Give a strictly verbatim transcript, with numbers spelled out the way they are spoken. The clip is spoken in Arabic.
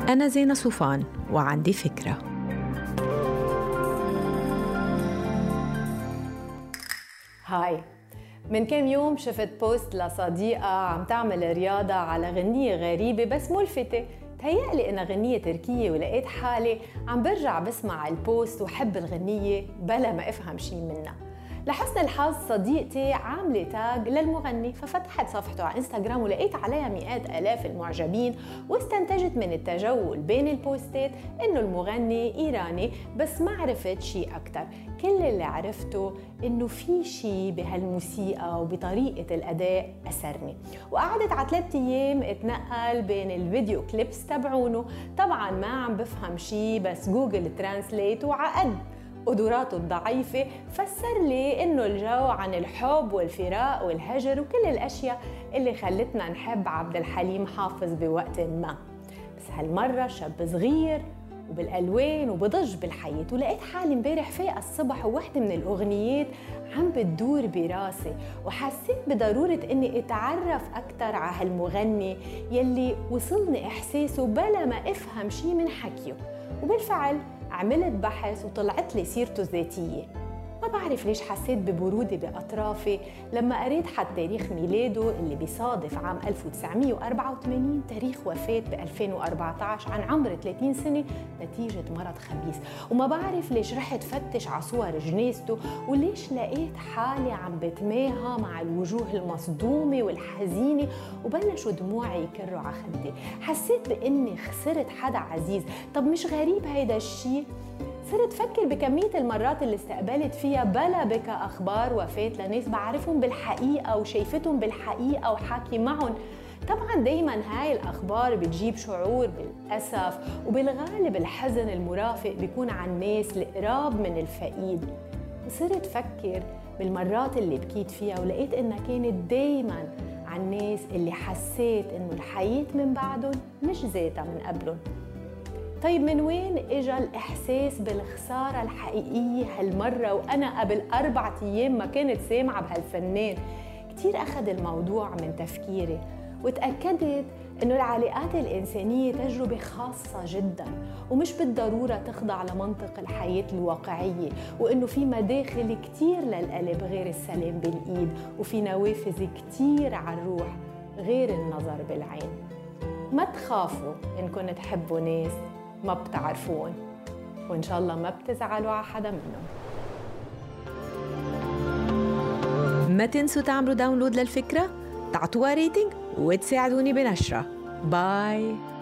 أنا زينة صوفان وعندي فكرة. هاي، من كام يوم شفت بوست لصديقة عم تعمل رياضة على غنية غريبة بس ملفتة. تهيألي إنها غنية تركية ولقيت حالي عم برجع بسمع البوست وحب الغنية بلا ما أفهم شي منها. لحسن الحظ صديقتي عاملة تاج للمغني، ففتحت صفحته على انستغرام ولقيت عليها مئات آلاف المعجبين، واستنتجت من التجول بين البوستات إنه المغني إيراني، بس ما عرفت شي أكتر. كل اللي عرفته إنه في شي بهالموسيقى وبطريقة الأداء أسرني، وقعدت على ثلاثة أيام اتنقل بين الفيديو كليبس تبعونه. طبعاً ما عم بفهم شي، بس جوجل ترانسليت وعقد قدراته الضعيفة فسر لي إنه الجو عن الحب والفراق والهجر وكل الأشياء اللي خلتنا نحب عبد الحليم حافظ بوقت ما. بس هالمرة شاب صغير وبالألوان وبضج بالحياة. ولقيت حالي امبارح فايقة الصبح وواحدة من الأغنيات عم بتدور براسي، وحسيت بضرورة إني أتعرف أكتر على هالمغني يلي وصلني إحساسه بلا ما أفهم شي من حكيه. وبالفعل عملت بحث وطلعت لي سيرته الذاتية. ما بعرف ليش حسيت ببرودة بأطرافي لما قريت حد تاريخ ميلاده اللي بيصادف عام ألف وتسعمية وأربعة وثمانين، تاريخ وفاة ب ألفين وأربعة عشر عن عمر ثلاثين سنة نتيجة مرض خبيث. وما بعرف ليش رحت فتش على صور جنازته، وليش لقيت حالي عم بتماهى مع الوجوه المصدومة والحزينة، وبلشوا دموعي يكروا على خدي. حسيت بإني خسرت حدا عزيز. طب مش غريب هيدا الشي؟ صرت فكر بكمية المرات اللي استقبلت فيها بلا بكى أخبار وفاة لناس بعرفهم بالحقيقة وشايفتهم بالحقيقة وحاكي معهم. طبعاً دايماً هاي الأخبار بتجيب شعور بالأسف، وبالغالب الحزن المرافق بيكون عن ناس القراب من الفقيد. صرت فكر بالمرات اللي بكيت فيها، ولقيت إنها كانت دايماً عن ناس اللي حسيت إنه الحياة من بعدهم مش ذاتها من قبلهم. طيب من وين اجى الإحساس بالخسارة الحقيقية هالمرة وأنا قبل أربعة أيام ما كنت سامعة بهالفنان؟ كتير أخذ الموضوع من تفكيري، وتأكدت إنه العلاقات الإنسانية تجربة خاصة جداً، ومش بالضرورة تخضع لمنطق الحياة الواقعية، وإنه في مداخل كتير للقلب غير السلام بالإيد، وفي نوافذ كتير على الروح غير النظر بالعين. ما تخافوا إنكم تحبوا ناس ما بتعرفون، وإن شاء الله ما بتزعلوا على حدا منهم. ما تنسوا تعملوا داونلود للفكرة، تعطوها ريتنج وتساعدوني بنشرة. باي.